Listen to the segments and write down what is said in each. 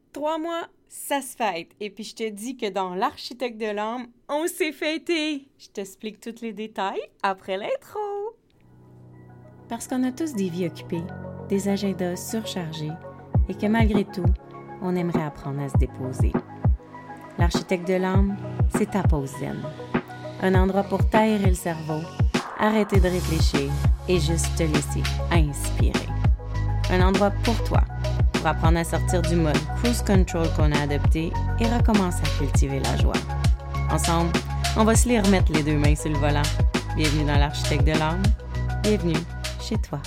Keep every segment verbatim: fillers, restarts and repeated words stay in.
Trois mois, ça se fête. Et puis je te dis que dans l'architecte de l'âme, on s'est fêté. Je t'explique tous les détails après l'intro. Parce qu'on a tous des vies occupées, des agendas surchargés et que malgré tout, on aimerait apprendre à se déposer. L'architecte de l'âme, c'est ta pause zen. Un endroit pour t'aérer le cerveau, arrêter de réfléchir et juste te laisser inspirer. Un endroit pour toi, pour apprendre à sortir du mode cruise control qu'on a adopté et recommencer à cultiver la joie. Ensemble, on va se les remettre les deux mains sur le volant. Bienvenue dans l'architecte de l'âme. Bienvenue chez toi.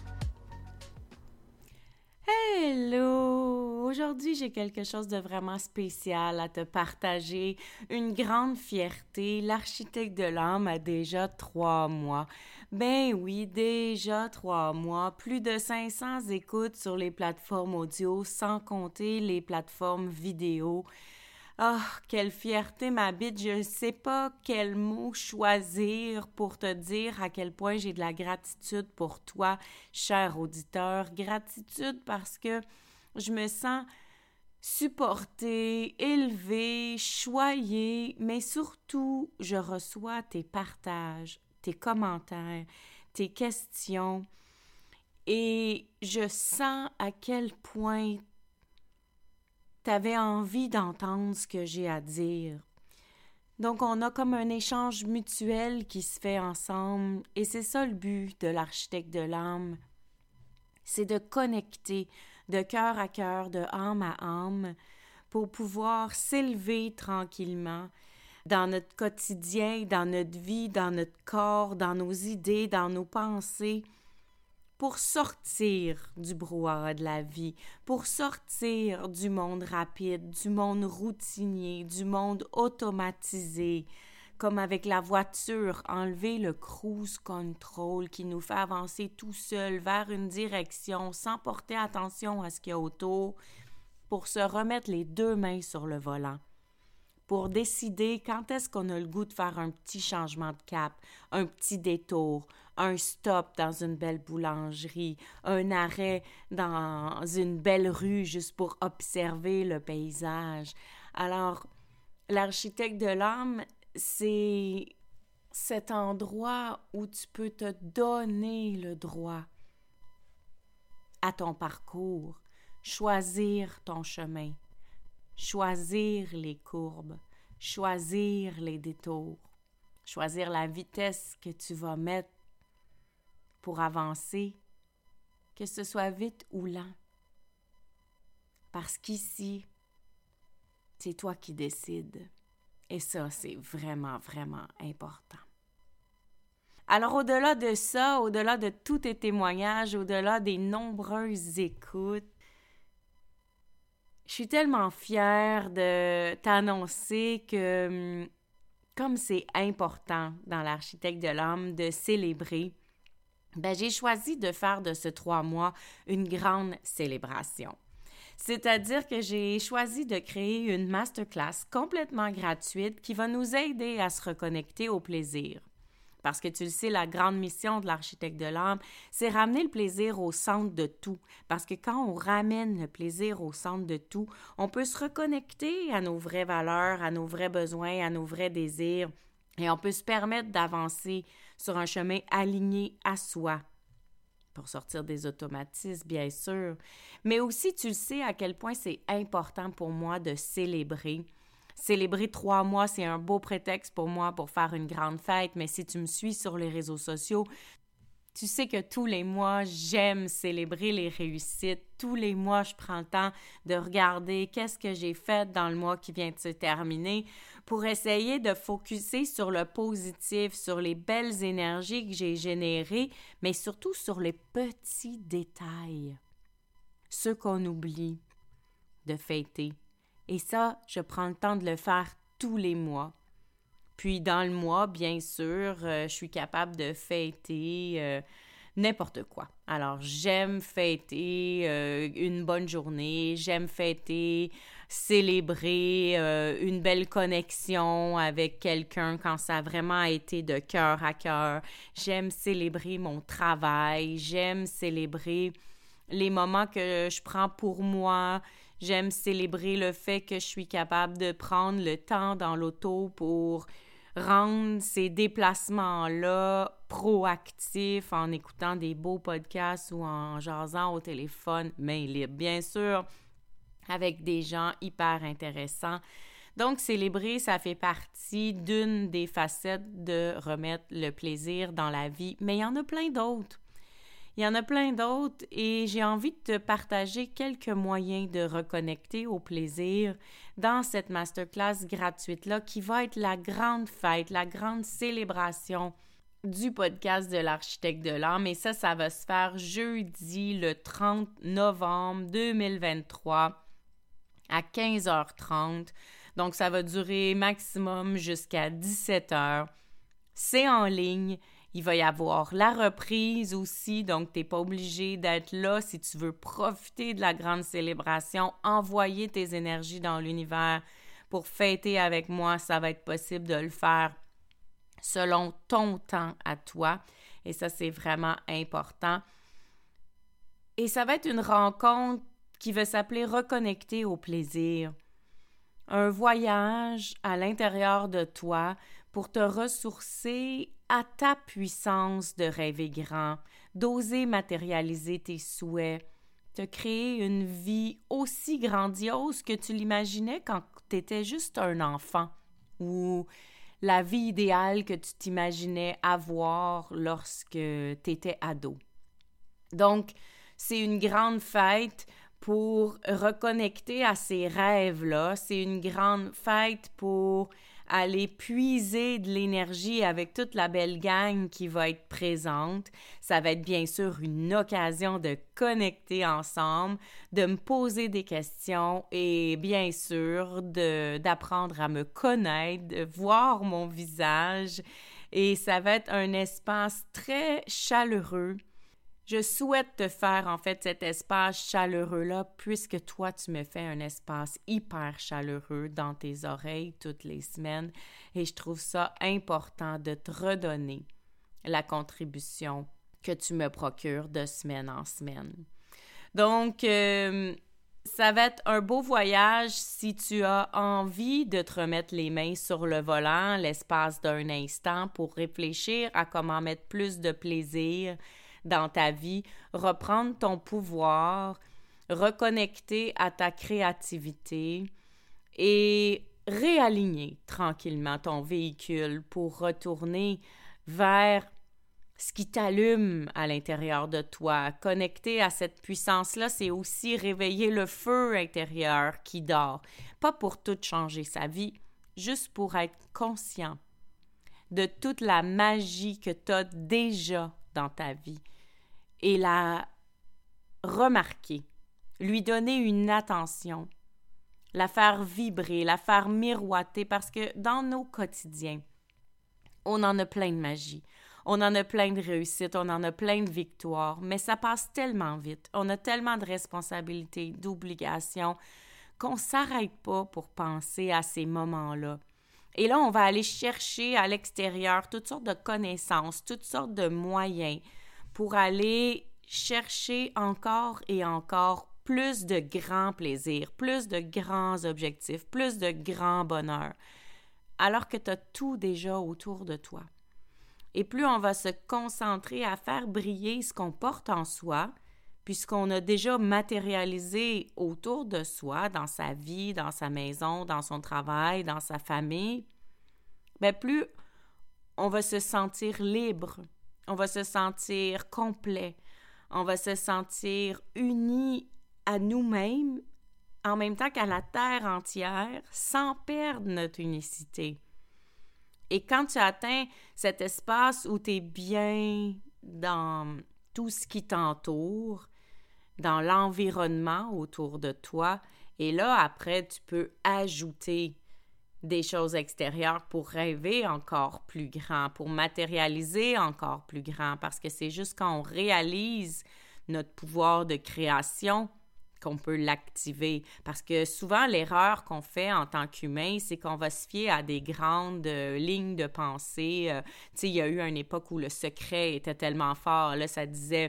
Hello! Aujourd'hui, j'ai quelque chose de vraiment spécial à te partager. Une grande fierté. L'architecte de l'âme a déjà trois mois. Ben oui, déjà trois mois. Plus de cinq cents écoutes sur les plateformes audio, sans compter les plateformes vidéo. Ah, oh, quelle fierté m'habite. Je ne sais pas quel mot choisir pour te dire à quel point j'ai de la gratitude pour toi, cher auditeur. Gratitude parce que je me sens supportée, élevée, choyée, mais surtout, je reçois tes partages, tes commentaires, tes questions et je sens à quel point tu avais envie d'entendre ce que j'ai à dire. Donc, on a comme un échange mutuel qui se fait ensemble et c'est ça le but de l'architecte de l'âme. C'est de connecter de cœur à cœur, de âme à âme pour pouvoir s'élever tranquillement dans notre quotidien, dans notre vie, dans notre corps, dans nos idées, dans nos pensées, pour sortir du brouhaha de la vie, pour sortir du monde rapide, du monde routinier, du monde automatisé, comme avec la voiture, enlever le cruise control qui nous fait avancer tout seul vers une direction sans porter attention à ce qu'il y a autour, pour se remettre les deux mains sur le volant, pour décider quand est-ce qu'on a le goût de faire un petit changement de cap, un petit détour, un stop dans une belle boulangerie, un arrêt dans une belle rue juste pour observer le paysage. Alors, l'architecte de l'âme, c'est cet endroit où tu peux te donner le droit à ton parcours, choisir ton chemin, choisir les courbes, choisir les détours, choisir la vitesse que tu vas mettre pour avancer, que ce soit vite ou lent. Parce qu'ici, c'est toi qui décides. Et ça, c'est vraiment, vraiment important. Alors, au-delà de ça, au-delà de tous tes témoignages, au-delà des nombreuses écoutes, je suis tellement fière de t'annoncer que, comme c'est important dans l'architecte de l'âme de célébrer, ben, j'ai choisi de faire de ce trois mois une grande célébration. C'est-à-dire que j'ai choisi de créer une masterclass complètement gratuite qui va nous aider à se reconnecter au plaisir. Parce que tu le sais, la grande mission de l'architecte de l'âme, c'est ramener le plaisir au centre de tout. Parce que quand on ramène le plaisir au centre de tout, on peut se reconnecter à nos vraies valeurs, à nos vrais besoins, à nos vrais désirs. Et on peut se permettre d'avancer sur un chemin aligné à soi. Pour sortir des automatismes, bien sûr. Mais aussi, tu le sais à quel point c'est important pour moi de célébrer. Célébrer trois mois, c'est un beau prétexte pour moi pour faire une grande fête, mais si tu me suis sur les réseaux sociaux, tu sais que tous les mois, j'aime célébrer les réussites. Tous les mois, je prends le temps de regarder qu'est-ce que j'ai fait dans le mois qui vient de se terminer pour essayer de focusser sur le positif, sur les belles énergies que j'ai générées, mais surtout sur les petits détails, ceux qu'on oublie de fêter. Et ça, je prends le temps de le faire tous les mois. Puis dans le mois, bien sûr, euh, je suis capable de fêter euh, n'importe quoi. Alors, j'aime fêter euh, une bonne journée, j'aime fêter, célébrer euh, une belle connexion avec quelqu'un quand ça a vraiment été de cœur à cœur. J'aime célébrer mon travail, j'aime célébrer les moments que je prends pour moi. J'aime célébrer le fait que je suis capable de prendre le temps dans l'auto pour rendre ces déplacements-là proactifs en écoutant des beaux podcasts ou en jasant au téléphone, main libre, bien sûr, avec des gens hyper intéressants. Donc, célébrer, ça fait partie d'une des facettes de remettre le plaisir dans la vie, mais il y en a plein d'autres. Il y en a plein d'autres et j'ai envie de te partager quelques moyens de reconnecter au plaisir dans cette masterclass gratuite-là qui va être la grande fête, la grande célébration du podcast de l'architecte de l'âme. Et ça, ça va se faire jeudi le trente novembre deux mille vingt-trois à quinze heures trente. Donc, ça va durer maximum jusqu'à dix-sept heures. C'est en ligne. Il va y avoir la reprise aussi, donc tu n'es pas obligé d'être là si tu veux profiter de la grande célébration, envoyer tes énergies dans l'univers pour fêter avec moi. Ça va être possible de le faire selon ton temps à toi et ça, c'est vraiment important. Et ça va être une rencontre qui va s'appeler « Reconnecter au plaisir ». Un voyage à l'intérieur de toi pour te ressourcer à ta puissance de rêver grand, d'oser matérialiser tes souhaits, te créer une vie aussi grandiose que tu l'imaginais quand tu étais juste un enfant ou la vie idéale que tu t'imaginais avoir lorsque tu étais ado. Donc, c'est une grande fête pour reconnecter à ces rêves-là. C'est une grande fête pour aller puiser de l'énergie avec toute la belle gang qui va être présente. Ça va être bien sûr une occasion de connecter ensemble, de me poser des questions et bien sûr de, d'apprendre à me connaître, de voir mon visage. Et ça va être un espace très chaleureux. Je souhaite te faire, en fait, cet espace chaleureux-là, puisque toi, tu me fais un espace hyper chaleureux dans tes oreilles toutes les semaines. Et je trouve ça important de te redonner la contribution que tu me procures de semaine en semaine. Donc, euh, ça va être un beau voyage si tu as envie de te remettre les mains sur le volant l'espace d'un instant pour réfléchir à comment mettre plus de plaisir dans ta vie, reprendre ton pouvoir, reconnecter à ta créativité et réaligner tranquillement ton véhicule pour retourner vers ce qui t'allume à l'intérieur de toi. Connecter à cette puissance-là, c'est aussi réveiller le feu intérieur qui dort. Pas pour tout changer sa vie, juste pour être conscient de toute la magie que tu as déjà dans ta vie et la remarquer, lui donner une attention, la faire vibrer, la faire miroiter, parce que dans nos quotidiens, on en a plein de magie, on en a plein de réussites, on en a plein de victoires, mais ça passe tellement vite, on a tellement de responsabilités, d'obligations, qu'on ne s'arrête pas pour penser à ces moments-là. Et là, on va aller chercher à l'extérieur toutes sortes de connaissances, toutes sortes de moyens pour aller chercher encore et encore plus de grands plaisirs, plus de grands objectifs, plus de grands bonheurs, alors que tu as tout déjà autour de toi. Et plus on va se concentrer à faire briller ce qu'on porte en soi, puisqu'on a déjà matérialisé autour de soi, dans sa vie, dans sa maison, dans son travail, dans sa famille, bien plus on va se sentir libre, on va se sentir complet, on va se sentir unis à nous-mêmes en même temps qu'à la terre entière sans perdre notre unicité. Et quand tu atteins cet espace où tu es bien dans tout ce qui t'entoure, dans l'environnement autour de toi, et là, après, tu peux ajouter des choses extérieures pour rêver encore plus grand, pour matérialiser encore plus grand, parce que c'est juste quand on réalise notre pouvoir de création qu'on peut l'activer. Parce que souvent, l'erreur qu'on fait en tant qu'humain, c'est qu'on va se fier à des grandes euh, lignes de pensée. Euh, tu sais, il y a eu une époque où le secret était tellement fort. Là, ça disait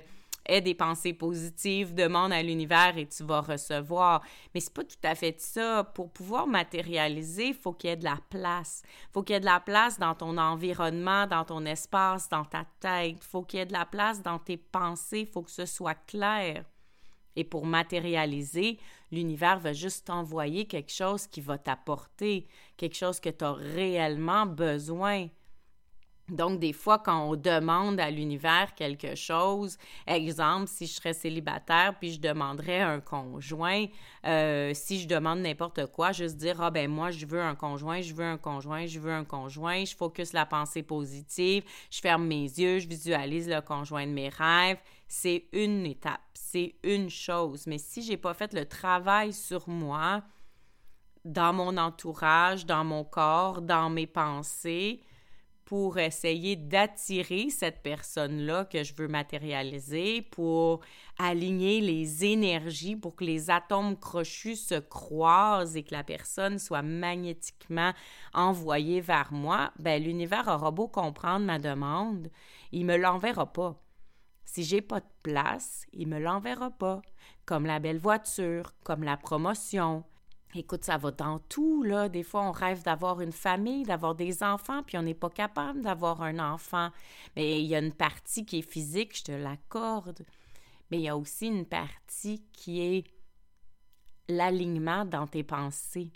Aie des pensées positives, demande à l'univers et tu vas recevoir. Mais c'est pas tout à fait ça. Pour pouvoir matérialiser, il faut qu'il y ait de la place. Il faut qu'il y ait de la place dans ton environnement, dans ton espace, dans ta tête. Il faut qu'il y ait de la place dans tes pensées. Il faut que ce soit clair. Et pour matérialiser, l'univers va juste t'envoyer quelque chose qui va t'apporter, quelque chose que tu as réellement besoin. Donc, des fois, quand on demande à l'univers quelque chose, exemple, si je serais célibataire puis je demanderais un conjoint, euh, si je demande n'importe quoi, juste dire « Ah ben moi, je veux un conjoint, je veux un conjoint, je veux un conjoint », je focus la pensée positive, je ferme mes yeux, je visualise le conjoint de mes rêves. C'est une étape, c'est une chose. Mais si j'ai pas fait le travail sur moi, dans mon entourage, dans mon corps, dans mes pensées, pour essayer d'attirer cette personne-là que je veux matérialiser, pour aligner les énergies, pour que les atomes crochus se croisent et que la personne soit magnétiquement envoyée vers moi, ben l'univers aura beau comprendre ma demande, il me l'enverra pas. Si j'ai pas de place, il me l'enverra pas. Comme la belle voiture, comme la promotion. Écoute, ça va dans tout, là. Des fois, on rêve d'avoir une famille, d'avoir des enfants, puis on n'est pas capable d'avoir un enfant. Mais il y a une partie qui est physique, je te l'accorde. Mais il y a aussi une partie qui est l'alignement dans tes pensées.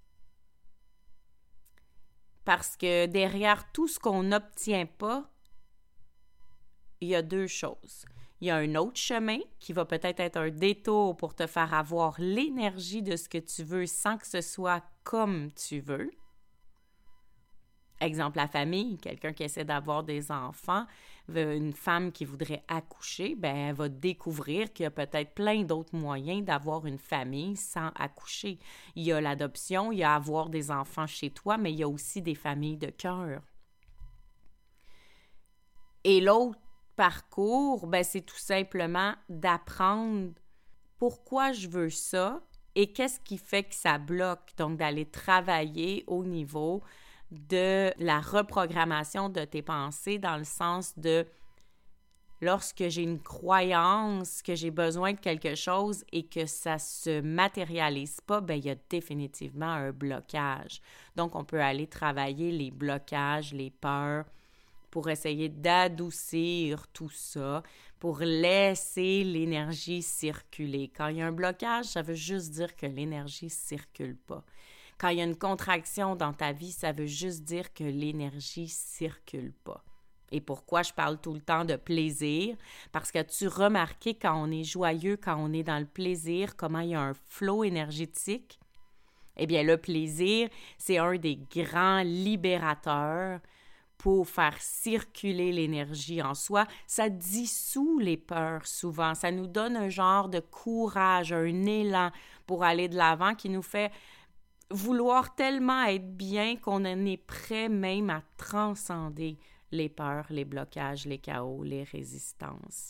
Parce que derrière tout ce qu'on n'obtient pas, il y a deux choses. Il y a un autre chemin qui va peut-être être un détour pour te faire avoir l'énergie de ce que tu veux sans que ce soit comme tu veux. Exemple, la famille, quelqu'un qui essaie d'avoir des enfants, une femme qui voudrait accoucher, ben elle va découvrir qu'il y a peut-être plein d'autres moyens d'avoir une famille sans accoucher. Il y a l'adoption, il y a avoir des enfants chez toi, mais il y a aussi des familles de cœur. Et l'autre parcours, ben c'est tout simplement d'apprendre pourquoi je veux ça et qu'est-ce qui fait que ça bloque. Donc, d'aller travailler au niveau de la reprogrammation de tes pensées dans le sens de lorsque j'ai une croyance que j'ai besoin de quelque chose et que ça se matérialise pas, ben il y a définitivement un blocage. Donc, on peut aller travailler les blocages, les peurs, pour essayer d'adoucir tout ça, pour laisser l'énergie circuler. Quand il y a un blocage, ça veut juste dire que l'énergie ne circule pas. Quand il y a une contraction dans ta vie, ça veut juste dire que l'énergie ne circule pas. Et pourquoi je parle tout le temps de plaisir? Parce que tu remarqué quand on est joyeux, quand on est dans le plaisir, comment il y a un flot énergétique? Eh bien, le plaisir, c'est un des grands libérateurs pour faire circuler l'énergie en soi. Ça dissout les peurs souvent. Ça nous donne un genre de courage, un élan pour aller de l'avant qui nous fait vouloir tellement être bien qu'on en est prêt même à transcender les peurs, les blocages, les chaos, les résistances.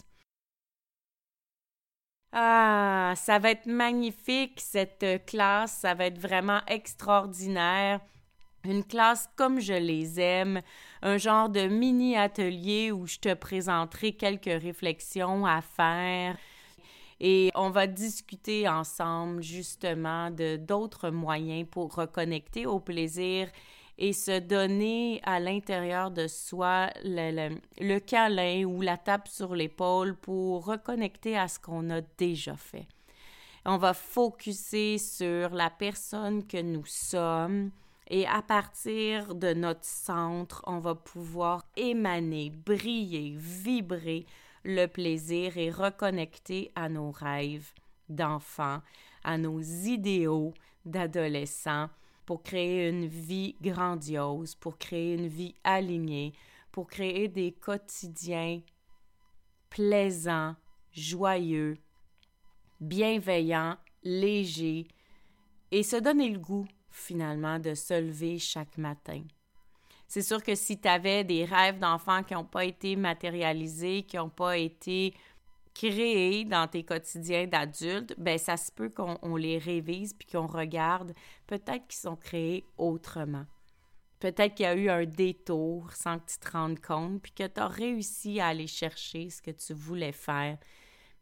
Ah, ça va être magnifique cette classe, ça va être vraiment extraordinaire. Une classe comme je les aime, un genre de mini-atelier où je te présenterai quelques réflexions à faire et on va discuter ensemble justement de d'autres moyens pour reconnecter au plaisir et se donner à l'intérieur de soi le, le, le câlin ou la tape sur l'épaule pour reconnecter à ce qu'on a déjà fait. On va focusser sur la personne que nous sommes. Et à partir de notre centre, on va pouvoir émaner, briller, vibrer le plaisir et reconnecter à nos rêves d'enfants, à nos idéaux d'adolescents pour créer une vie grandiose, pour créer une vie alignée, pour créer des quotidiens plaisants, joyeux, bienveillants, légers et se donner le goût finalement, de se lever chaque matin. C'est sûr que si tu avais des rêves d'enfants qui n'ont pas été matérialisés, qui n'ont pas été créés dans tes quotidiens d'adultes, ben ça se peut qu'on on les révise puis qu'on regarde. Peut-être qu'ils sont créés autrement. Peut-être qu'il y a eu un détour sans que tu te rendes compte puis que tu as réussi à aller chercher ce que tu voulais faire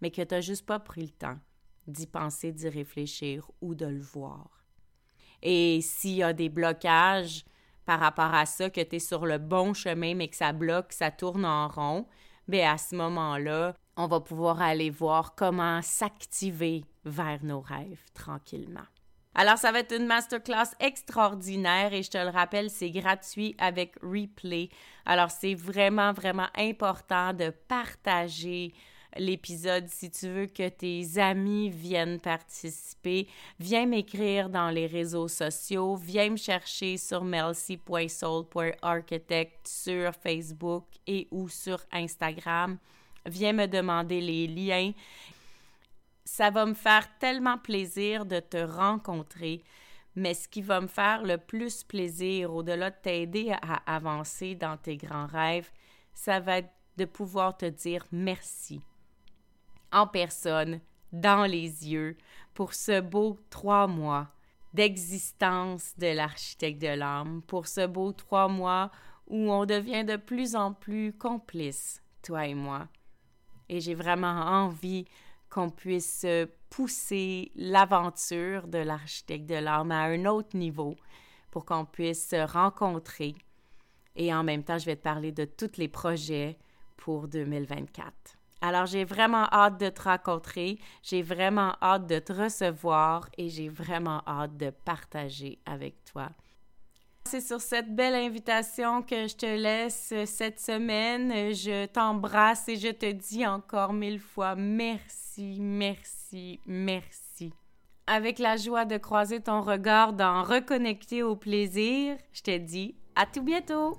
mais que tu n'as juste pas pris le temps d'y penser, d'y réfléchir ou de le voir. Et s'il y a des blocages par rapport à ça, que tu es sur le bon chemin, mais que ça bloque, ça tourne en rond, bien à ce moment-là, on va pouvoir aller voir comment s'activer vers nos rêves tranquillement. Alors, ça va être une masterclass extraordinaire et je te le rappelle, c'est gratuit avec replay. Alors, c'est vraiment, vraiment important de partager l'épisode si tu veux que tes amis viennent participer. Viens m'écrire dans les réseaux sociaux. Viens me chercher sur melcy point soul point architect sur Facebook et ou sur Instagram. Viens me demander les liens. Ça va me faire tellement plaisir de te rencontrer, mais ce qui va me faire le plus plaisir, au-delà de t'aider à avancer dans tes grands rêves, ça va être de pouvoir te dire merci en personne, dans les yeux, pour ce beau trois mois d'existence de l'architecte de l'âme, pour ce beau trois mois où on devient de plus en plus complices, toi et moi. Et j'ai vraiment envie qu'on puisse pousser l'aventure de l'architecte de l'âme à un autre niveau pour qu'on puisse se rencontrer. Et en même temps, je vais te parler de tous les projets pour deux mille vingt-quatre. Alors, j'ai vraiment hâte de te rencontrer, j'ai vraiment hâte de te recevoir et j'ai vraiment hâte de partager avec toi. C'est sur cette belle invitation que je te laisse cette semaine. Je t'embrasse et je te dis encore mille fois merci, merci, merci. Avec la joie de croiser ton regard dans Reconnecter au plaisir, je te dis à tout bientôt!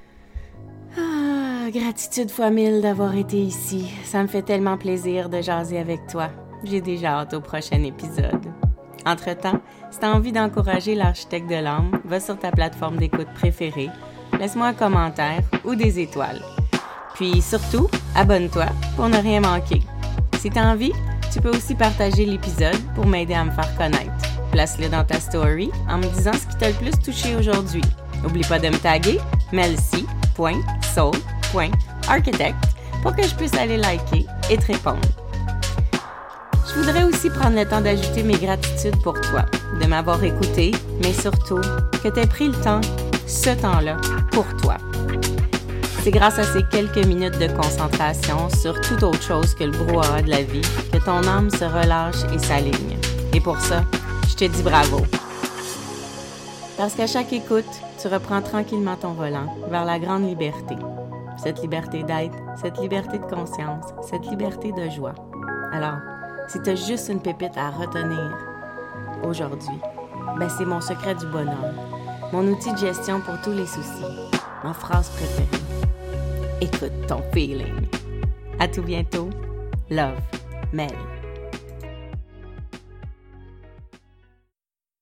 Ah, gratitude fois mille d'avoir été ici. Ça me fait tellement plaisir de jaser avec toi. J'ai déjà hâte au prochain épisode. Entre-temps, si tu as envie d'encourager l'architecte de l'âme, va sur ta plateforme d'écoute préférée, laisse-moi un commentaire ou des étoiles. Puis surtout, abonne-toi pour ne rien manquer. Si tu as envie, tu peux aussi partager l'épisode pour m'aider à me faire connaître. Place-le dans ta story en me disant ce qui t'a le plus touché aujourd'hui. N'oublie pas de me taguer melcy point soul point architect pour que je puisse aller liker et te répondre. Je voudrais aussi prendre le temps d'ajouter mes gratitudes pour toi, de m'avoir écouté, mais surtout que tu aies pris le temps, ce temps-là, pour toi. C'est grâce à ces quelques minutes de concentration sur toute autre chose que le brouhaha de la vie que ton âme se relâche et s'aligne. Et pour ça, je te dis bravo. Parce qu'à chaque écoute, tu reprends tranquillement ton volant vers la grande liberté. Cette liberté d'être, cette liberté de conscience, cette liberté de joie. Alors, si tu as juste une pépite à retenir aujourd'hui, ben c'est mon secret du bonheur, mon outil de gestion pour tous les soucis, ma phrase préférée. Écoute ton feeling. À tout bientôt. Love, Mel.